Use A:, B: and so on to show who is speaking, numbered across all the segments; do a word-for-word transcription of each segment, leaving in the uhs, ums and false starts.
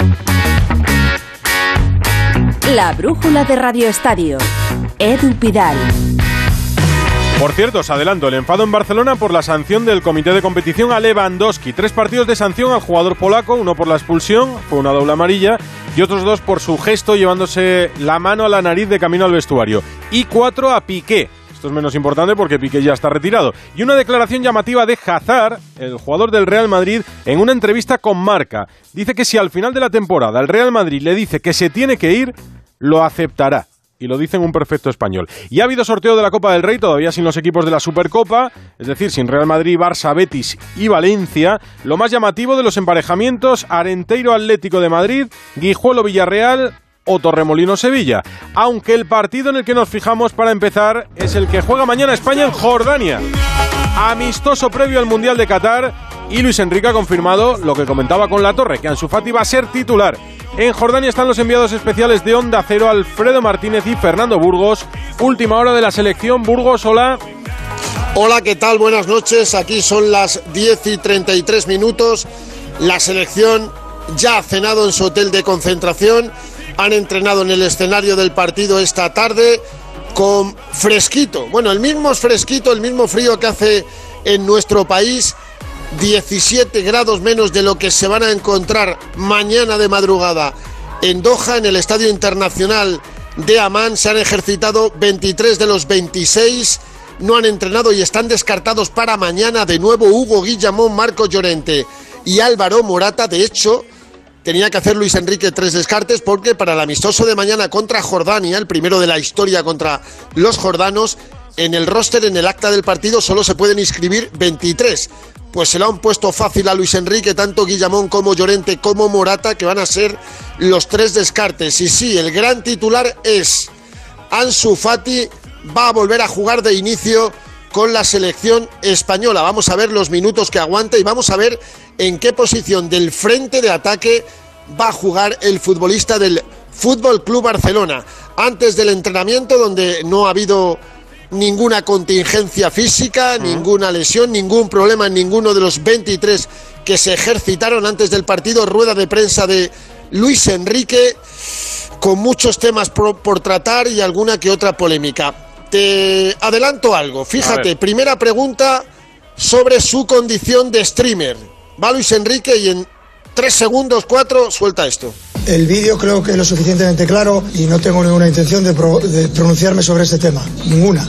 A: La brújula de Radio Estadio. Edu Pidal.
B: Por cierto, os adelanto, el enfado en Barcelona por la sanción del comité de competición a Lewandowski. Tres partidos de sanción al jugador polaco, uno por la expulsión, fue una doble amarilla, y otros dos por su gesto llevándose la mano a la nariz de camino al vestuario. Y cuatro a Piqué. Esto es menos importante porque Piqué ya está retirado. Y una declaración llamativa de Hazard, el jugador del Real Madrid, en una entrevista con Marca. Dice que si al final de la temporada el Real Madrid le dice que se tiene que ir, lo aceptará. Y lo dice en un perfecto español. Y ha habido sorteo de la Copa del Rey, todavía sin los equipos de la Supercopa, es decir, sin Real Madrid, Barça, Betis y Valencia. Lo más llamativo de los emparejamientos: Arenteiro Atlético de Madrid, Guijuelo Villarreal o Torremolinos Sevilla. Aunque el partido en el que nos fijamos para empezar es el que juega mañana España en Jordania. Amistoso previo al Mundial de Qatar, y Luis Enrique ha confirmado lo que comentaba con La Torre, que Ansu Fati va a ser titular. En Jordania están los enviados especiales de Onda Cero, Alfredo Martínez y Fernando Burgos. Última hora de la selección. Burgos, hola.
C: Hola, ¿qué tal? Buenas noches. Aquí son las diez y treinta y tres minutos. La selección ya ha cenado en su hotel de concentración. Han entrenado en el escenario del partido esta tarde con fresquito. Bueno, el mismo fresquito, el mismo frío que hace en nuestro país. diecisiete grados menos de lo que se van a encontrar mañana de madrugada en Doha, en el Estadio Internacional de Amán. Se han ejercitado veintitrés de los veintiséis, no han entrenado y están descartados para mañana de nuevo Hugo Guillamón, Marco Llorente y Álvaro Morata. De hecho, tenía que hacer Luis Enrique tres descartes porque para el amistoso de mañana contra Jordania, el primero de la historia contra los jordanos, en el roster, en el acta del partido, solo se pueden inscribir veintitrés. Pues se lo han puesto fácil a Luis Enrique, tanto Guillamón como Llorente como Morata, que van a ser los tres descartes. Y sí, el gran titular es Ansu Fati, va a volver a jugar de inicio con la selección española. Vamos a ver los minutos que aguanta y vamos a ver en qué posición del frente de ataque va a jugar el futbolista del Fútbol Club Barcelona. Antes del entrenamiento, donde no ha habido ninguna contingencia física, uh-huh. ninguna lesión, ningún problema en ninguno de los veintitrés que se ejercitaron antes del partido. Rueda de prensa de Luis Enrique con muchos temas por, por tratar y alguna que otra polémica. Te adelanto algo, fíjate, primera pregunta sobre su condición de streamer. Va Luis Enrique y en tres segundos, cuatro, suelta esto.
D: El vídeo creo que es lo suficientemente claro y no tengo ninguna intención de, pro, de pronunciarme sobre este tema, ninguna.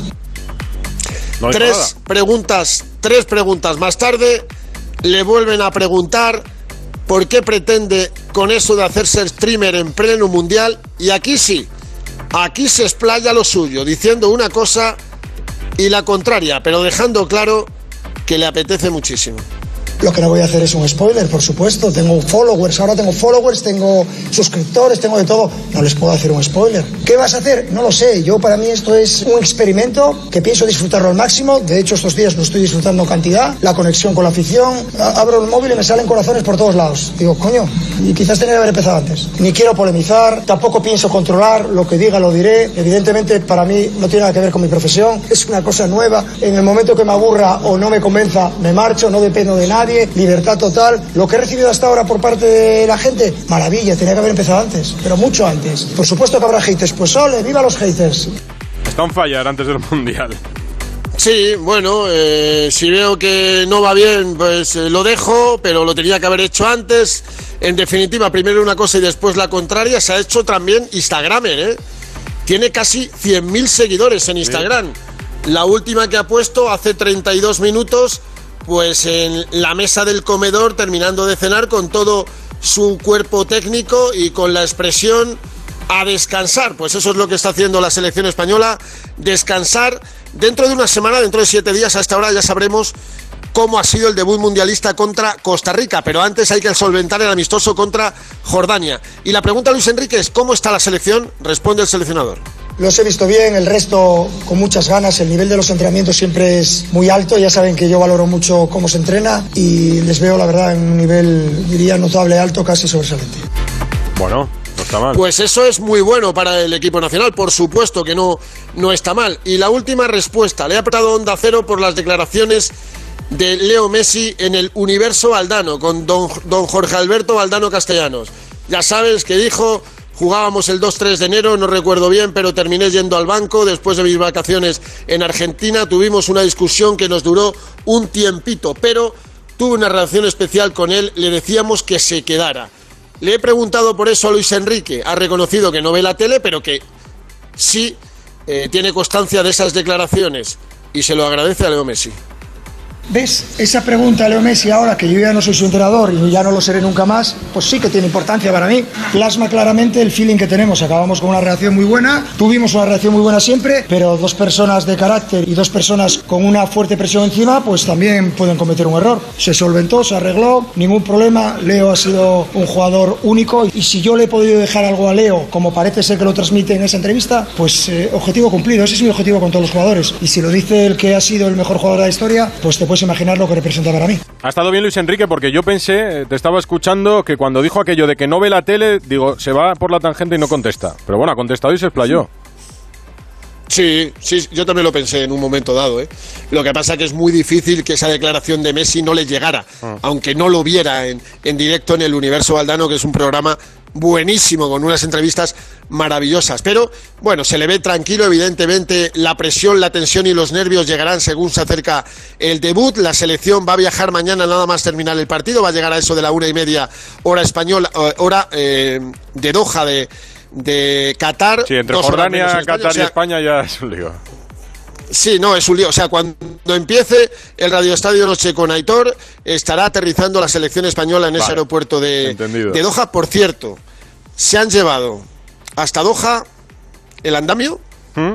C: No tres nada. preguntas, tres preguntas más tarde le vuelven a preguntar por qué pretende con eso de hacerse streamer en pleno mundial, y aquí sí, aquí se explaya lo suyo, diciendo una cosa y la contraria, pero dejando claro que le apetece muchísimo.
D: Lo que no voy a hacer es un spoiler, por supuesto. Tengo followers, ahora tengo followers, tengo suscriptores, tengo de todo. No les puedo hacer un spoiler. ¿Qué vas a hacer? No lo sé. Yo, para mí, esto es un experimento que pienso disfrutarlo al máximo. De hecho, estos días lo estoy disfrutando cantidad. La conexión con la afición. Abro el móvil y me salen corazones por todos lados. Digo, coño, y quizás tenía que haber empezado antes. Ni quiero polemizar, tampoco pienso controlar. Lo que diga lo diré. Evidentemente, para mí, no tiene nada que ver con mi profesión. Es una cosa nueva. En el momento que me aburra o no me convenza, me marcho. No dependo de nadie. Libertad total. Lo que he recibido hasta ahora por parte de la gente, maravilla, tenía que haber empezado antes, pero mucho antes. Por supuesto que habrá haters, pues ole, viva los haters.
B: Está on fire antes del Mundial.
C: Sí, bueno, eh, si veo que no va bien, pues eh, lo dejo, pero lo tenía que haber hecho antes. En definitiva, primero una cosa y después la contraria. Se ha hecho también Instagramer, ¿eh? Tiene casi cien mil seguidores en Instagram. Sí. La última que ha puesto hace treinta y dos minutos, pues en la mesa del comedor, terminando de cenar, con todo su cuerpo técnico y con la expresión a descansar. Pues eso es lo que está haciendo la selección española, descansar. Dentro de una semana, dentro de siete días, a esta hora ya sabremos cómo ha sido el debut mundialista contra Costa Rica, pero antes hay que solventar el amistoso contra Jordania. Y la pregunta, Luis Enrique, es ¿cómo está la selección? Responde el seleccionador.
D: Los he visto bien, el resto con muchas ganas. El nivel de los entrenamientos siempre es muy alto. Ya saben que yo valoro mucho cómo se entrena y les veo, la verdad, en un nivel, diría, notable, alto, casi sobresaliente.
B: Bueno, no está mal.
C: Pues eso es muy bueno para el equipo nacional, por supuesto que no, no está mal. Y la última respuesta, le ha apretado Onda Cero por las declaraciones de Leo Messi en el Universo Valdano, con don, don Jorge Alberto Valdano Castellanos. ya sabes que dijo, jugábamos el dos tres de enero, no recuerdo bien, pero terminé yendo al banco después de mis vacaciones en Argentina. Tuvimos una discusión que nos duró un tiempito, pero tuve una relación especial con él, le decíamos que se quedara. Le he preguntado por eso a Luis Enrique, ha reconocido que no ve la tele, pero que sí eh, tiene constancia de esas declaraciones y se lo agradece a Leo Messi.
D: ¿Ves? Esa pregunta a Leo Messi ahora, que yo ya no soy su entrenador y ya no lo seré nunca más, pues sí que tiene importancia para mí. Plasma claramente el feeling que tenemos. Acabamos con una reacción muy buena, tuvimos una reacción muy buena siempre, pero dos personas de carácter y dos personas con una fuerte presión encima, pues también pueden cometer un error. Se solventó, se arregló, ningún problema. Leo ha sido un jugador único y si yo le he podido dejar algo a Leo, como parece ser que lo transmite en esa entrevista, pues eh, objetivo cumplido. Ese es mi objetivo con todos los jugadores. Y si lo dice el que ha sido el mejor jugador de la historia, pues te puedes imaginar lo que representa para mí.
B: Ha estado bien Luis Enrique, porque yo pensé, te estaba escuchando, que cuando dijo aquello de que no ve la tele, digo, se va por la tangente y no contesta. Pero bueno, ha contestado y se explayó.
C: Sí, sí, yo también lo pensé en un momento dado, ¿eh? Lo que pasa es que es muy difícil que esa declaración de Messi no le llegara, ah. aunque no lo viera en, en directo en el Universo Valdano, que es un programa buenísimo, con unas entrevistas maravillosas, pero bueno, se le ve tranquilo. Evidentemente la presión, la tensión y los nervios llegarán según se acerca el debut. La selección va a viajar mañana nada más terminar el partido, va a llegar a eso de la una y media hora española, hora eh, de Doha de, de Qatar.
B: Sí, entre Jordania, Qatar o sea, y España ya es un lío.
C: Sí, no, es un lío. O sea, cuando empiece el Radio Estadio Noche con Aitor, estará aterrizando la selección española en vale, ese aeropuerto de, de Doha. Por cierto, se han llevado hasta Doha el andamio, ¿Mm?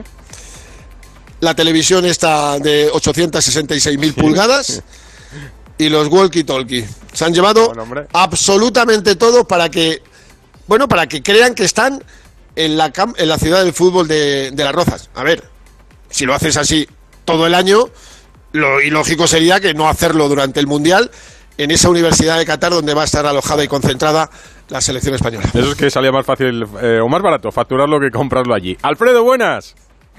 C: la televisión esta de ochocientas sesenta y seis mil pulgadas y los walkie-talkie. Se han llevado bueno, absolutamente todo para que, bueno, para que crean que están en la, en la ciudad del fútbol de, de Las Rozas. A ver, si lo haces así todo el año, lo ilógico sería que no hacerlo durante el Mundial en esa universidad de Qatar donde va a estar alojada y concentrada la selección española.
B: Eso es que salía más fácil eh, o más barato facturarlo que comprarlo allí. Alfredo, buenas.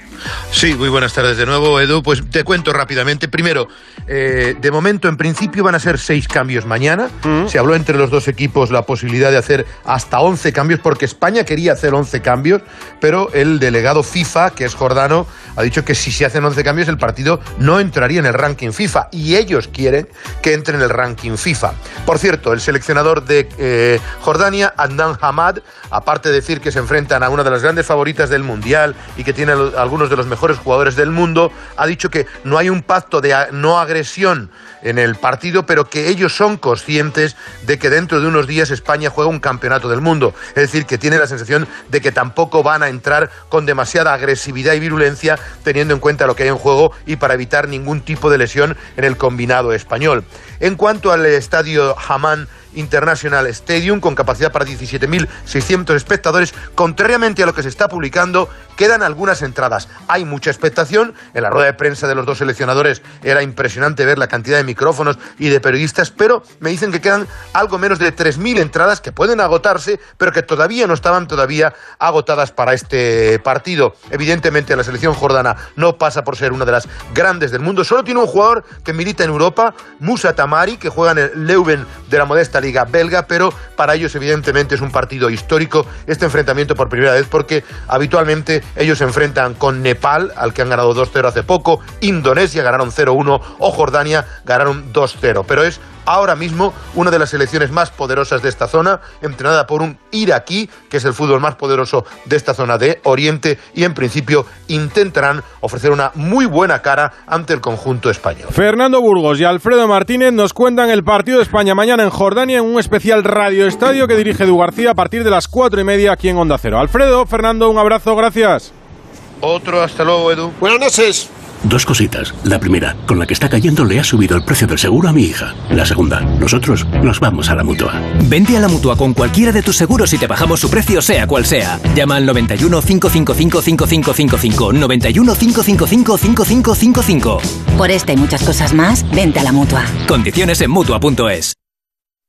E: Sí, muy buenas tardes de nuevo, Edu. Pues te cuento rápidamente. Primero, eh, de momento, en principio van a ser seis cambios mañana. Mm. Se habló entre los dos equipos la posibilidad de hacer hasta once cambios, porque España quería hacer once cambios, pero el delegado FIFA, que es Jordano, ha dicho que si se hacen once cambios el partido no entraría en el ranking FIFA, y ellos quieren que entre en el ranking FIFA. Por cierto, el seleccionador de eh, Jordania, Adnan Hamad, aparte de decir que se enfrentan a una de las grandes favoritas del Mundial y que tiene algunos de los mejores jugadores del mundo, ha dicho que no hay un pacto de no agresión en el partido, pero que ellos son conscientes de que dentro de unos días España juega un campeonato del mundo. Es decir, que tiene la sensación de que tampoco van a entrar con demasiada agresividad y virulencia, teniendo en cuenta lo que hay en juego y para evitar ningún tipo de lesión en el combinado español. En cuanto al estadio Hamad International Stadium, con capacidad para diecisiete mil seiscientos espectadores, contrariamente a lo que se está publicando, quedan algunas entradas. Hay mucha expectación. En la rueda de prensa de los dos seleccionadores era impresionante ver la cantidad de micrófonos y de periodistas, pero me dicen que quedan algo menos de tres mil entradas que pueden agotarse, pero que todavía no estaban todavía agotadas para este partido. Evidentemente la selección jordana no pasa por ser una de las grandes del mundo. Solo tiene un jugador que milita en Europa, Moussa Tamari, que juega en el Leuven de la modesta liga belga, pero para ellos evidentemente es un partido histórico este enfrentamiento por primera vez, porque habitualmente ellos se enfrentan con Nepal, al que han ganado dos cero hace poco, Indonesia ganaron cero uno o Jordania ganaron dos cero, pero es ahora mismo una de las selecciones más poderosas de esta zona, entrenada por un iraquí, que es el fútbol más poderoso de esta zona de Oriente, y en principio intentarán ofrecer una muy buena cara ante el conjunto español.
B: Fernando Burgos y Alfredo Martínez nos cuentan el partido de España mañana en Jordania en un especial Radio Estadio que dirige Edu García a partir de las cuatro y media aquí en Onda Cero. Alfredo, Fernando, un abrazo, gracias.
E: Otro, hasta luego, Edu.
C: Buenas noches.
F: Dos cositas. La primera, con la que está cayendo le ha subido el precio del seguro a mi hija. La segunda, nosotros nos vamos a la Mutua.
G: Vente a la Mutua con cualquiera de tus seguros y te bajamos su precio sea cual sea. Llama al noventa y uno, cinco cinco cinco, cinco cinco cinco cinco, noventa y uno, cinco cinco cinco, cinco cinco cinco cinco.
H: Por esta y muchas cosas más, vente a la Mutua.
G: Condiciones en Mutua punto es.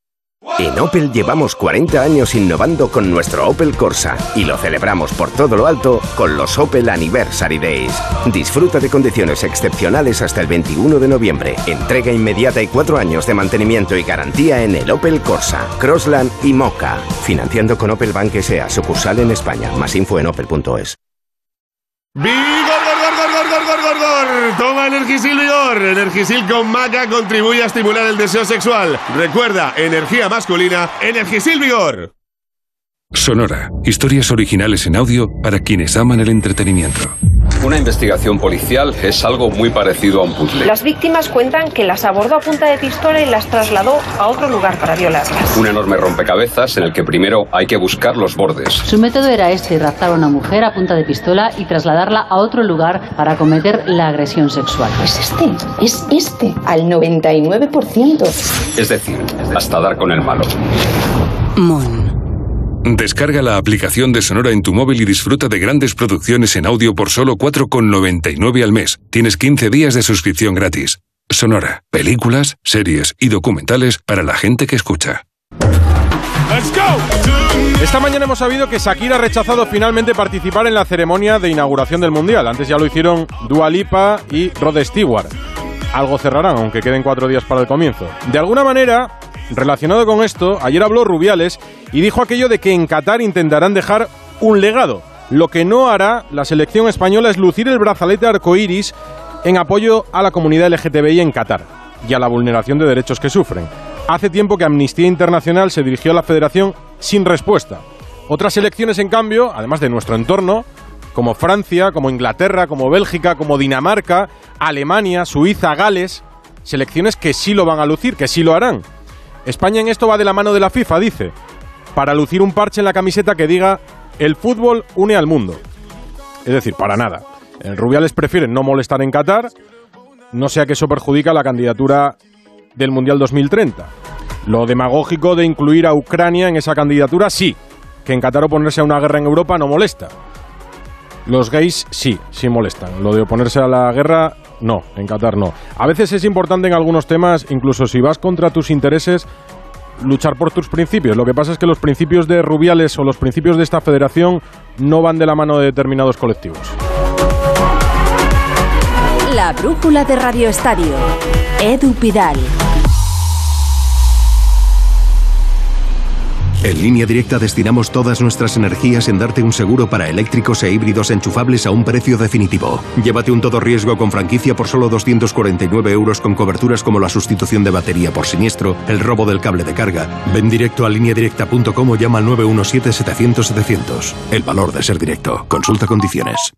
H: En Opel llevamos cuarenta años innovando con nuestro Opel Corsa y lo celebramos por todo lo alto con los Opel Anniversary Days. Disfruta de condiciones excepcionales hasta el veintiuno de noviembre. Entrega inmediata y cuatro años de mantenimiento y garantía en el Opel Corsa, Crossland y Mocha. Financiando con Opel Bank S A, sucursal en España. Más info en opel punto es.
I: ¡Vigor, gor, gor, gor, gor, gor, gor, gor! Toma Energisil Vigor. Energisil con maca contribuye a estimular el deseo sexual. Recuerda, energía masculina, Energisil Vigor.
J: Sonora. Historias originales en audio para quienes aman el entretenimiento.
K: Una investigación policial es algo muy parecido a un puzzle.
L: Las víctimas cuentan que las abordó a punta de pistola y las trasladó a otro lugar para violarlas.
K: Un enorme rompecabezas en el que primero hay que buscar los bordes.
M: Su método era este: raptar a una mujer a punta de pistola y trasladarla a otro lugar para cometer la agresión sexual.
N: Es este, es este, al noventa y nueve por ciento.
K: Es decir, hasta dar con el malo.
A: Mon.
J: Descarga la aplicación de Sonora en tu móvil y disfruta de grandes producciones en audio por solo cuatro con noventa y nueve al mes. Tienes quince días de suscripción gratis. Sonora. Películas, series y documentales para la gente que escucha.
B: ¡Let's go! Esta mañana hemos sabido que Shakira ha rechazado finalmente participar en la ceremonia de inauguración del Mundial. Antes ya lo hicieron Dua Lipa y Rod Stewart. Algo cerrarán, aunque queden cuatro días para el comienzo. De alguna manera, relacionado con esto, ayer habló Rubiales y dijo aquello de que en Qatar intentarán dejar un legado. Lo que no hará la selección española es lucir el brazalete arcoíris en apoyo a la comunidad L G T B I en Qatar y a la vulneración de derechos que sufren. Hace tiempo que Amnistía Internacional se dirigió a la federación sin respuesta. Otras selecciones, en cambio, además de nuestro entorno, como Francia, como Inglaterra, como Bélgica, como Dinamarca, Alemania, Suiza, Gales, selecciones que sí lo van a lucir, que sí lo harán. España en esto va de la mano de la FIFA, dice, para lucir un parche en la camiseta que diga «El fútbol une al mundo». Es decir, para nada. En Rubiales prefieren no molestar en Qatar, no sea que eso perjudica la candidatura del Mundial dos mil treinta. Lo demagógico de incluir a Ucrania en esa candidatura, sí. Que en Qatar oponerse a una guerra en Europa no molesta. Los gays sí, sí molestan. Lo de oponerse a la guerra, no, en Qatar no. A veces es importante en algunos temas, incluso si vas contra tus intereses, luchar por tus principios. Lo que pasa es que los principios de Rubiales o los principios de esta federación no van de la mano de determinados colectivos.
A: La brújula de Radio Estadio. Edu Pidal.
O: En Línea Directa destinamos todas nuestras energías en darte un seguro para eléctricos e híbridos enchufables a un precio definitivo. Llévate un todo riesgo con franquicia por solo doscientos cuarenta y nueve euros con coberturas como la sustitución de batería por siniestro, el robo del cable de carga. Ven directo a línea directa punto com o llama al nueve uno siete setecientos setecientos. El valor de ser directo. Consulta condiciones.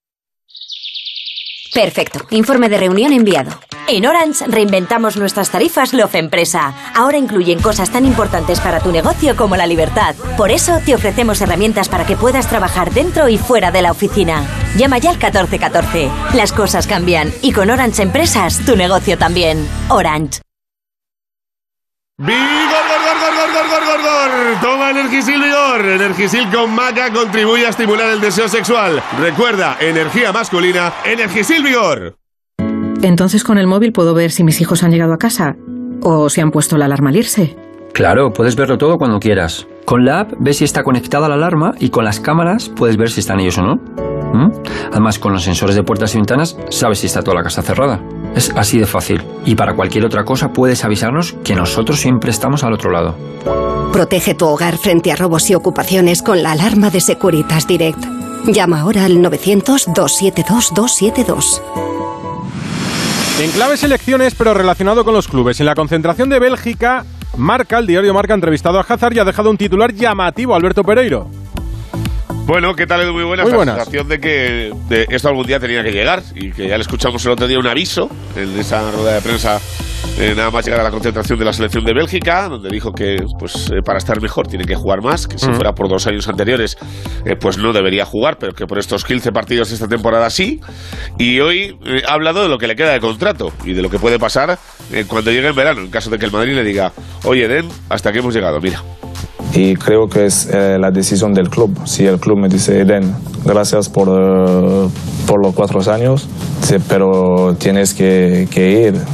P: Perfecto. Informe de reunión enviado. En Orange reinventamos nuestras tarifas Love Empresa. Ahora incluyen cosas tan importantes para tu negocio como la libertad. Por eso te ofrecemos herramientas para que puedas trabajar dentro y fuera de la oficina. Llama ya al catorce catorce. Las cosas cambian y con Orange Empresas tu negocio también. Orange.
I: ¡Vigor, gor, gor, gor, gor, gor, gor, gor! Toma Energisil Vigor. Energisil con maca contribuye a estimular el deseo sexual. Recuerda, energía masculina, Energisil Vigor.
Q: Entonces con el móvil puedo ver si mis hijos han llegado a casa o si han puesto la alarma al irse.
R: Claro, puedes verlo todo cuando quieras. Con la app ves si está conectada la alarma y con las cámaras puedes ver si están ellos o no. ¿Mm? Además, con los sensores de puertas y ventanas sabes si está toda la casa cerrada. Es así de fácil. Y para cualquier otra cosa puedes avisarnos que nosotros siempre estamos al otro lado.
S: Protege tu hogar frente a robos y ocupaciones con la alarma de Securitas Direct. Llama ahora al novecientos, doscientos setenta y dos, doscientos setenta y dos.
B: En clave selecciones, pero relacionado con los clubes. En la concentración de Bélgica, Marca, el diario Marca, ha entrevistado a Hazard y ha dejado un titular llamativo a Alberto Pereiro.
I: Bueno, ¿qué tal, Edu? Muy buenas.
B: Muy buenas.
I: La sensación de que de esto algún día tenía que llegar y que ya le escuchamos el otro día un aviso en esa rueda de prensa eh, nada más llegar a la concentración de la selección de Bélgica, donde dijo que pues eh, para estar mejor tiene que jugar más, que si mm. fuera por dos años anteriores eh, pues no debería jugar, pero que por estos quince partidos de esta temporada sí. Y hoy eh, ha hablado de lo que le queda de contrato y de lo que puede pasar eh, cuando llegue en verano, en caso de que el Madrid le diga, oye, Den, hasta aquí hemos llegado, mira.
T: Y creo que es eh, la decisión del club. Si el club me dice, Eden, gracias por, uh, por los cuatro años, sí, pero tienes que, que ir,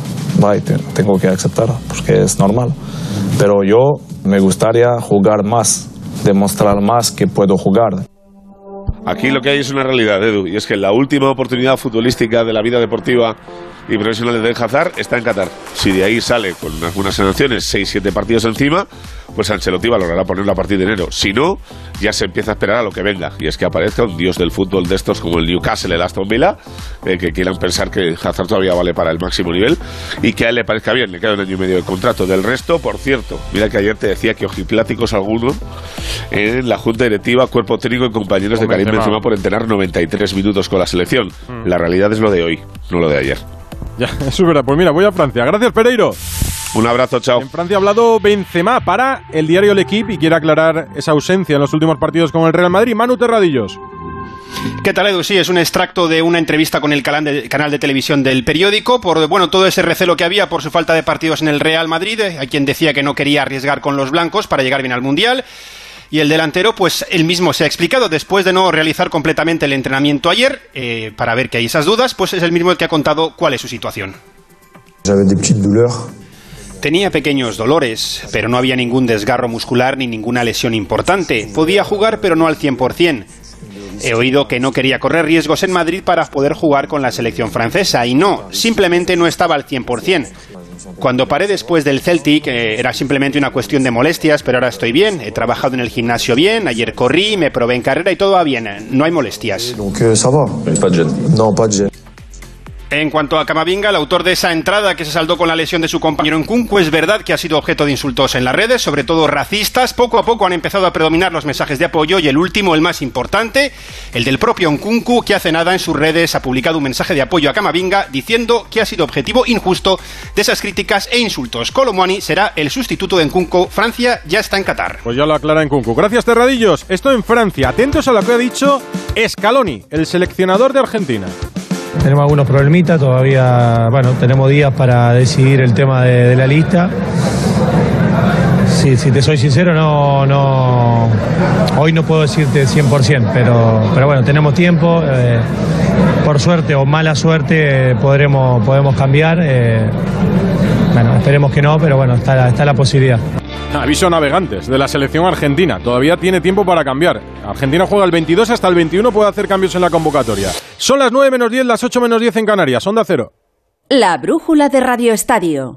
T: va, tengo que aceptar, porque es normal. Pero yo me gustaría jugar más, demostrar más que puedo jugar.
I: Aquí lo que hay es una realidad, Edu, y es que la última oportunidad futbolística de la vida deportiva y profesional de Eden Hazard está en Qatar. Si de ahí sale con unas buenas sanciones, seis siete partidos encima, pues Ancelotti valorará ponerlo a partir de enero. Si no, ya se empieza a esperar a lo que venga, y es que aparezca un dios del fútbol de estos como el Newcastle, el Aston Villa, eh, que quieran pensar que Hazard todavía vale para el máximo nivel y que a él le parezca bien. Le queda un año y medio de contrato. Del resto, por cierto, mira que ayer te decía que ojipláticos algunos en la junta directiva, cuerpo técnico y compañeros de Karim Benzema por entrenar noventa y tres minutos con la selección. Mm. La realidad es lo de hoy, no lo de ayer.
B: Ya, eso es verdad. Pues mira, voy a Francia. Gracias, Pereiro.
I: Un abrazo, chao.
B: En Francia ha hablado Benzema para el diario L'Equipe y quiere aclarar esa ausencia en los últimos partidos con el Real Madrid. Manu Terradillos.
U: ¿Qué tal, Edu? Sí, es un extracto de una entrevista con el canal de, canal de televisión del periódico por, bueno, todo ese recelo que había por su falta de partidos en el Real Madrid, a quien decía que no quería arriesgar con los blancos para llegar bien al Mundial. Y el delantero, pues él mismo se ha explicado, después de no realizar completamente el entrenamiento ayer, eh, para ver que hay esas dudas, pues es el mismo el que ha contado cuál es su situación. Tenía pequeños dolores, pero no había ningún desgarro muscular ni ninguna lesión importante. Podía jugar, pero no al cien por ciento. He oído que no quería correr riesgos en Madrid para poder jugar con la selección francesa, y no, simplemente no estaba al cien por ciento. Cuando paré después del Celtic eh, era simplemente una cuestión de molestias, pero ahora estoy bien, he trabajado en el gimnasio bien, ayer corrí, me probé en carrera y todo va bien, no hay molestias. En cuanto a Camavinga, el autor de esa entrada que se saldó con la lesión de su compañero Nkunku, es verdad que ha sido objeto de insultos en las redes, sobre todo racistas. Poco a poco han empezado a predominar los mensajes de apoyo y el último, el más importante, el del propio Nkunku, que hace nada en sus redes ha publicado un mensaje de apoyo a Camavinga diciendo que ha sido objetivo injusto de esas críticas e insultos. Kolo Muani será el sustituto de Nkunku. Francia ya está en Qatar.
B: Pues ya lo aclara Nkunku. Gracias, Terradillos. Esto en Francia. Atentos a lo que ha dicho Scaloni, el seleccionador de Argentina.
V: Tenemos algunos problemitas, todavía, bueno, tenemos días para decidir el tema de, de la lista. Sí, si te soy sincero, no, no, hoy no puedo decirte cien por ciento, pero, pero bueno, tenemos tiempo. Eh, por suerte o mala suerte eh, podremos, podemos cambiar. Eh, bueno, esperemos que no, pero bueno, está, está la posibilidad.
B: Aviso a navegantes de la selección argentina. Todavía tiene tiempo para cambiar. Argentina juega el veintidós hasta el veintiuno, puede hacer cambios en la convocatoria. Son las nueve menos diez, las ocho menos diez en Canarias. Onda Cero.
A: La brújula de Radio Estadio.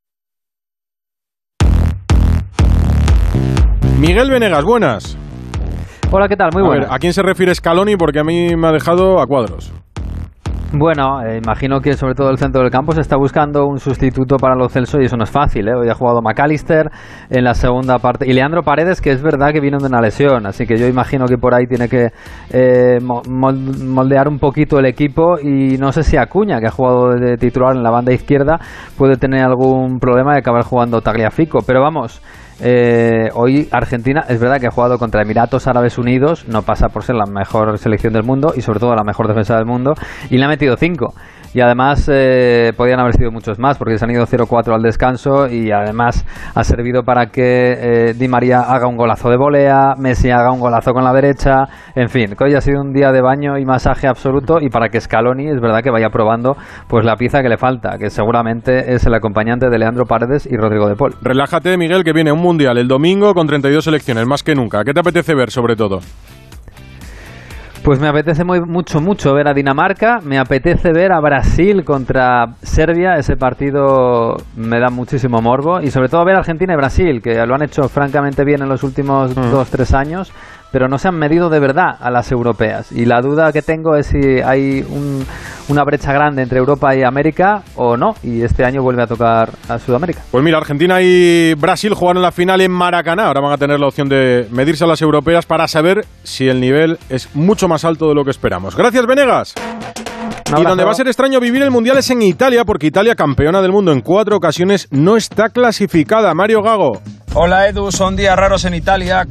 B: Miguel Venegas, buenas.
W: Hola, ¿qué tal? Muy buenas.
B: A ver, ¿a quién se refiere Scaloni? Porque a mí me ha dejado a cuadros.
W: Bueno, eh, imagino que sobre todo el centro del campo se está buscando un sustituto para Lo Celso y eso no es fácil, ¿eh? Hoy ha jugado McAllister en la segunda parte y Leandro Paredes, que es verdad que vino de una lesión, así que yo imagino que por ahí tiene que eh, moldear un poquito el equipo y no sé si Acuña, que ha jugado de titular en la banda izquierda, puede tener algún problema de acabar jugando Tagliafico, pero vamos... Eh, hoy Argentina es verdad que ha jugado contra Emiratos Árabes Unidos, no pasa por ser la mejor selección del mundo y sobre todo la mejor defensa del mundo, y le ha metido cinco y además eh, podían haber sido muchos más porque se han ido cero cuatro al descanso y además ha servido para que eh, Di María haga un golazo de volea, Messi haga un golazo con la derecha, en fin, que hoy ha sido un día de baño y masaje absoluto y para que Scaloni es verdad que vaya probando pues la pieza que le falta, que seguramente es el acompañante de Leandro Paredes y Rodrigo de Paul.
B: Relájate, Miguel, que viene un mundial el domingo con treinta y dos selecciones, más que nunca. ¿Qué te apetece ver sobre todo?
W: Pues me apetece muy, mucho, mucho ver a Dinamarca, me apetece ver a Brasil contra Serbia, ese partido me da muchísimo morbo, y sobre todo ver a Argentina y Brasil, que lo han hecho francamente bien en los últimos mm. dos, tres años, pero no se han medido de verdad a las europeas, y la duda que tengo es si hay un, una brecha grande entre Europa y América o no, y este año vuelve a tocar a Sudamérica.
B: Pues mira, Argentina y Brasil jugaron la final en Maracaná, ahora van a tener la opción de medirse a las europeas para saber si el nivel es mucho más alto de lo que esperamos. Gracias, Venegas. Y donde va a ser extraño vivir el Mundial es en Italia, porque Italia, campeona del mundo en cuatro ocasiones, no está clasificada. Mario Gago.
X: Hola, Edu, son días raros en Italia, con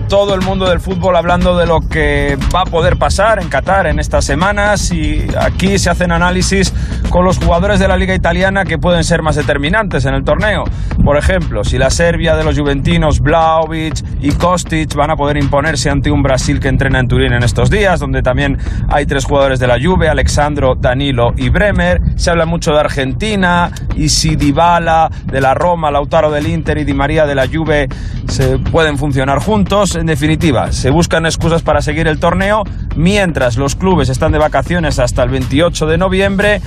C: todo el mundo del fútbol hablando de lo que va a poder pasar en Qatar en estas semanas, y aquí se hacen análisis con los jugadores de la Liga Italiana que pueden ser más determinantes en el torneo. Por ejemplo, si la Serbia de los juventinos Vlahovic y Kostic van a poder imponerse ante un Brasil que entrena en Turín en estos días, donde también hay tres jugadores de la Juve, Alexandro, Danilo y Bremer. Se habla mucho de Argentina, y si Dybala de la Roma, Lautaro del Inter y Di María de la Juve se pueden funcionar juntos. En definitiva, se buscan excusas para seguir el torneo, mientras los clubes están de vacaciones hasta el veintiocho de noviembre,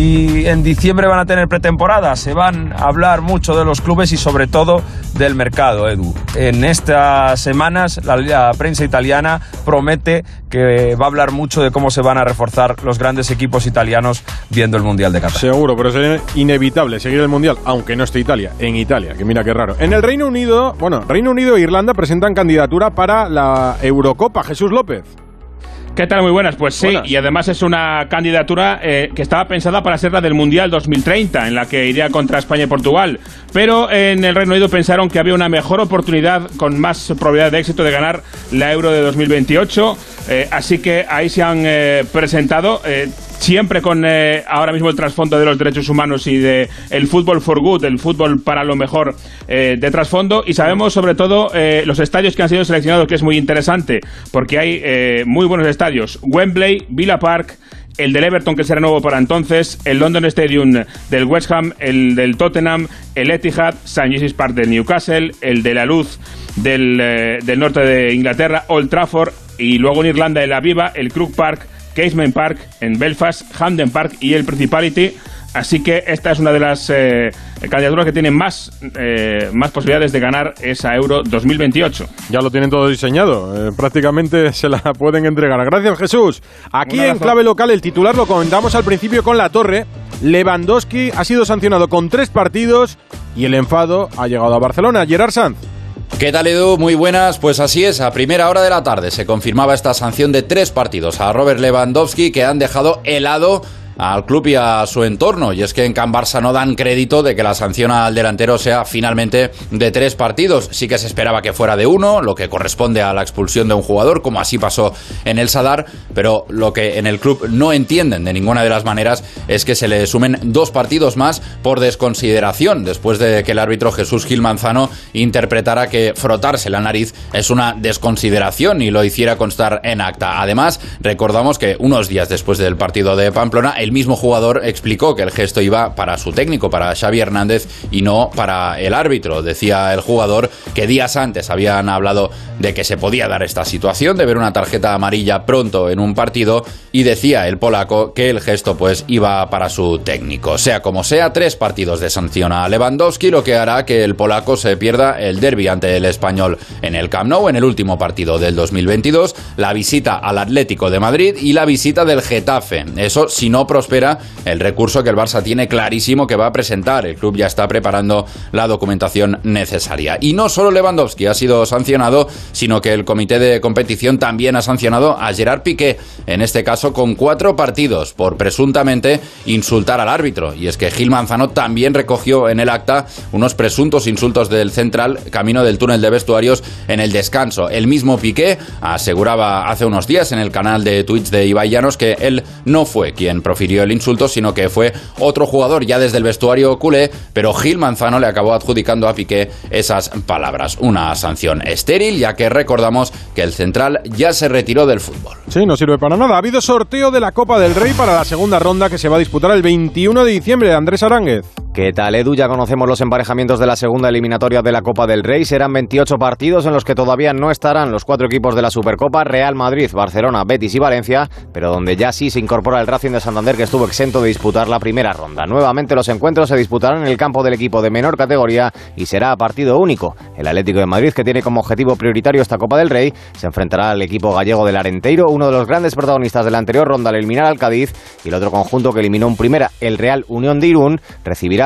C: y en diciembre van a tener pretemporada. Se van a hablar mucho de los clubes y sobre todo del mercado, Edu. En estas semanas la, la prensa italiana promete que va a hablar mucho de cómo se van a reforzar los grandes equipos italianos viendo el Mundial de Qatar.
B: Seguro, pero sería inevitable seguir el Mundial, aunque no esté Italia, en Italia, que mira qué raro. En el Reino Unido, bueno, Reino Unido e Irlanda presentan candidatura para la Eurocopa. Jesús López.
D: ¿Qué tal? Muy buenas. Pues sí,
B: buenas.
D: Y además es una candidatura eh, que estaba pensada para ser la del Mundial dos mil treinta, en la que iría contra España y Portugal. Pero en el Reino Unido pensaron que había una mejor oportunidad, con más probabilidad de éxito, de ganar la Euro de dos mil veintiocho. Eh, así que ahí se han eh, presentado, eh, siempre con eh, ahora mismo el trasfondo de los derechos humanos y de el fútbol for good, el fútbol para lo mejor eh, de trasfondo. Y sabemos sobre todo eh, los estadios que han sido seleccionados, que es muy interesante, porque hay eh, muy buenos estadios: Wembley, Villa Park, el del Everton, que será nuevo para entonces, el London Stadium del West Ham, el del Tottenham, el Etihad, Saint James's Park del Newcastle, el de la Luz del, eh, del norte de Inglaterra, Old Trafford, y luego en Irlanda el Aviva, el Croke Park, Casement Park en Belfast, Hampden Park y el Principality. Así que esta es una de las eh, candidaturas que tienen más, eh, más posibilidades de ganar esa Euro dos mil veintiocho.
B: Ya lo tienen todo diseñado, eh, prácticamente se la pueden entregar. Gracias, Jesús. Aquí en clave local, el titular lo comentamos al principio con La Torre. Lewandowski ha sido sancionado con tres partidos y el enfado ha llegado a Barcelona. Gerard Sanz.
E: ¿Qué tal, Edu? Muy buenas. Pues así es, a primera hora de la tarde se confirmaba esta sanción de tres partidos a Robert Lewandowski, que han dejado helado al club y a su entorno. Y es que en Can Barça no dan crédito de que la sanción al delantero sea finalmente de tres partidos. Sí que se esperaba que fuera de uno, lo que corresponde a la expulsión de un jugador, como así pasó en el Sadar, pero lo que en el club no entienden de ninguna de las maneras es que se le sumen dos partidos más por desconsideración, después de que el árbitro Jesús Gil Manzano interpretara que frotarse la nariz es una desconsideración y lo hiciera constar en acta. Además, recordamos que unos días después del partido de Pamplona, el mismo jugador explicó que el gesto iba para su técnico, para Xavi Hernández, y no para el árbitro. Decía el jugador que días antes habían hablado de que se podía dar esta situación, de ver una tarjeta amarilla pronto en un partido, y decía el polaco que el gesto pues iba para su técnico. Sea como sea, tres partidos de sanción a Lewandowski, lo que hará que el polaco se pierda el derbi ante el Español en el Camp Nou, en el último partido del dos mil veintidós, la visita al Atlético de Madrid y la visita del Getafe. Eso si no prospera el recurso que el Barça tiene clarísimo que va a presentar. El club ya está preparando la documentación necesaria. Y no solo Lewandowski ha sido sancionado, sino que el comité de competición también ha sancionado a Gerard Piqué, en este caso con cuatro partidos, por presuntamente insultar al árbitro. Y es que Gil Manzano también recogió en el acta unos presuntos insultos del central camino del túnel de vestuarios en el descanso. El mismo Piqué aseguraba hace unos días en el canal de Twitch de Ibai Llanos que él no fue quien profirió el insulto, sino que fue otro jugador ya desde el vestuario culé, pero Gil Manzano le acabó adjudicando a Piqué esas palabras. Una sanción estéril, ya que recordamos que el central ya se retiró del fútbol.
B: Sí, no sirve para nada. Ha habido sorteo de la Copa del Rey para la segunda ronda, que se va a disputar el veintiuno de diciembre. Andrés Aránguez.
X: ¿Qué tal, Edu? Ya conocemos los emparejamientos de la segunda eliminatoria de la Copa del Rey. Serán veintiocho partidos en los que todavía no estarán los cuatro equipos de la Supercopa: Real Madrid, Barcelona, Betis y Valencia, pero donde ya sí se incorpora el Racing de Santander, que estuvo exento de disputar la primera ronda. Nuevamente los encuentros se disputarán en el campo del equipo de menor categoría y será a partido único. El Atlético de Madrid, que tiene como objetivo prioritario esta Copa del Rey, se enfrentará al equipo gallego del Arenteiro, uno de los grandes protagonistas de la anterior ronda al eliminar al Cádiz, y el otro conjunto que eliminó en primera, el Real Unión de Irún, recibirá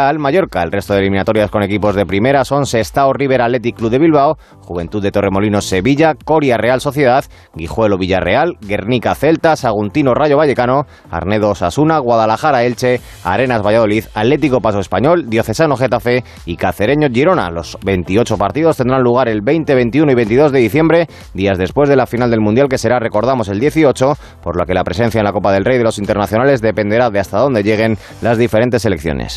X: irá al Mallorca. El resto de eliminatorias con equipos de primera son Sestao River Athletic Club de Bilbao, Juventud de Torremolinos Sevilla, Coria Real Sociedad, Guijuelo Villarreal, Guernica Celta, Saguntino Rayo Vallecano, Arnedo Osasuna, Guadalajara Elche, Arenas Valladolid, Atlético Paso Español, Diocesano Getafe y Cacereño Girona. Los veintiocho partidos tendrán lugar el veinte, veintiuno y veintidós de diciembre, días después de la final del Mundial, que será, recordamos, el dieciocho, por lo que la presencia en la Copa del Rey de los internacionales dependerá de hasta dónde lleguen las diferentes selecciones.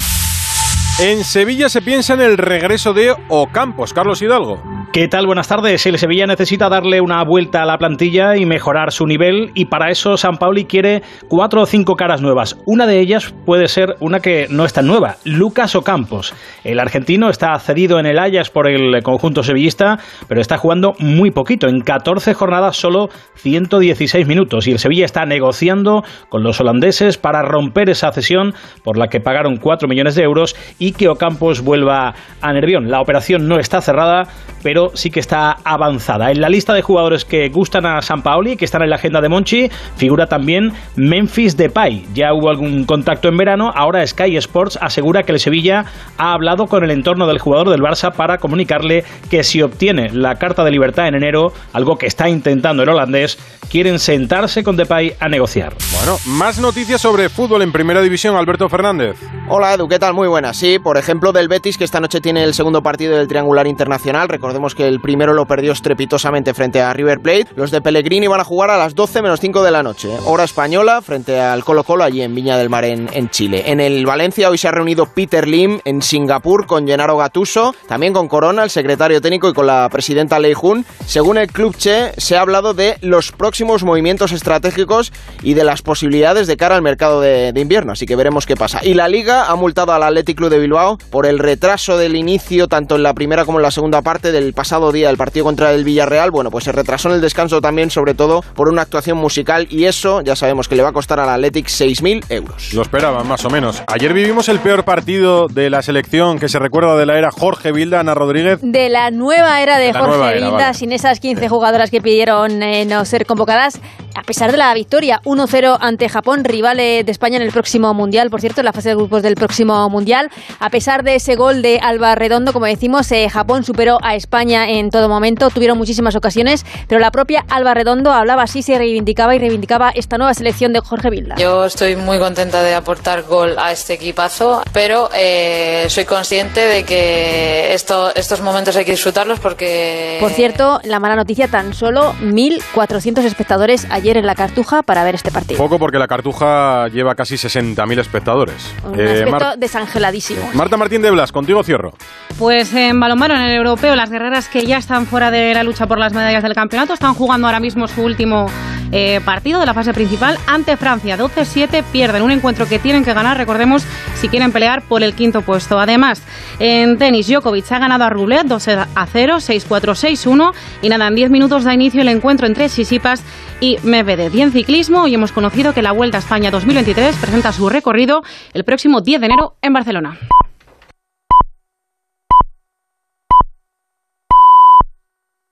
B: En Sevilla se piensa en el regreso de Ocampos. Carlos Hidalgo.
F: ¿Qué tal? Buenas tardes. El Sevilla necesita darle una vuelta a la plantilla y mejorar su nivel, y para eso Sampaoli quiere cuatro o cinco caras nuevas. Una de ellas puede ser una que no es tan nueva, Lucas Ocampos. El argentino está cedido en el Ajax por el conjunto sevillista, pero está jugando muy poquito. En catorce jornadas solo ciento dieciséis minutos, y el Sevilla está negociando con los holandeses para romper esa cesión por la que pagaron cuatro millones de euros y que Ocampos vuelva a Nervión. La operación no está cerrada, pero sí que está avanzada. En la lista de jugadores que gustan a Sampaoli y que están en la agenda de Monchi figura también Memphis Depay. Ya hubo algún contacto en verano, ahora Sky Sports asegura que el Sevilla ha hablado con el entorno del jugador del Barça para comunicarle que si obtiene la carta de libertad en enero, algo que está intentando el holandés, quieren sentarse con Depay a negociar.
B: Bueno, más noticias sobre fútbol en Primera División. Alberto Fernández.
G: Hola Edu, ¿qué tal? Muy buenas. Sí, por ejemplo del Betis, que esta noche tiene el segundo partido del triangular internacional. Recordemos que el primero lo perdió estrepitosamente frente a River Plate. Los de Pellegrini van a jugar a las doce menos cinco de la noche, hora española, frente al Colo-Colo allí en Viña del Mar, en, en Chile. En el Valencia hoy se ha reunido Peter Lim en Singapur con Gennaro Gattuso, también con Corona, el secretario técnico, y con la presidenta Lei Jun. Según el Club Che, se ha hablado de los próximos movimientos estratégicos y de las posibilidades de cara al mercado de, de invierno, así que veremos qué pasa. Y la Liga ha multado al Athletic Club de Bilbao por el retraso del inicio, tanto en la primera como en la segunda parte del pasado día del partido contra el Villarreal. Bueno, pues se retrasó en el descanso también, sobre todo por una actuación musical, y eso ya sabemos que le va a costar al Athletic seis mil euros.
B: Lo esperaban, más o menos. Ayer vivimos el peor partido de la selección que se recuerda de la era Jorge Vilda. Ana Rodríguez.
H: De la nueva era de, de Jorge Vilda, vale. Sin esas quince jugadoras que pidieron eh, no ser convocadas, a pesar de la victoria uno cero ante Japón, rival de España en el próximo Mundial, por cierto, en la fase de grupos del próximo Mundial. A pesar de ese gol de Alba Redondo, como decimos, eh, Japón superó a España en todo momento, tuvieron muchísimas ocasiones, pero la propia Alba Redondo hablaba así, se reivindicaba y reivindicaba esta nueva selección de Jorge Vilda.
L: Yo estoy muy contenta de aportar gol a este equipazo, pero eh, soy consciente de que esto, estos momentos hay que disfrutarlos porque...
H: Por cierto, la mala noticia, tan solo mil cuatrocientos espectadores ayer en la Cartuja para ver este partido.
B: Poco, porque la Cartuja lleva casi sesenta mil espectadores.
H: Un eh, aspecto Mar- desangeladísimo.
B: Marta Martín de Blas, contigo cierro.
Y: Pues en balonmano, en el europeo, las guerreras que ya están fuera de la lucha por las medallas del campeonato están jugando ahora mismo su último eh, partido de la fase principal ante Francia. doce siete, pierden un encuentro que tienen que ganar, recordemos, si quieren pelear por el quinto puesto. Además, en tenis, Djokovic ha ganado a Rublev dos a cero, seis cuatro, seis uno, y nada, en diez minutos da inicio el encuentro entre Tsitsipas y Medvedev. Y en ciclismo, hoy hemos conocido que la Vuelta a España dos mil veintitrés presenta su recorrido el próximo diez de enero en Barcelona.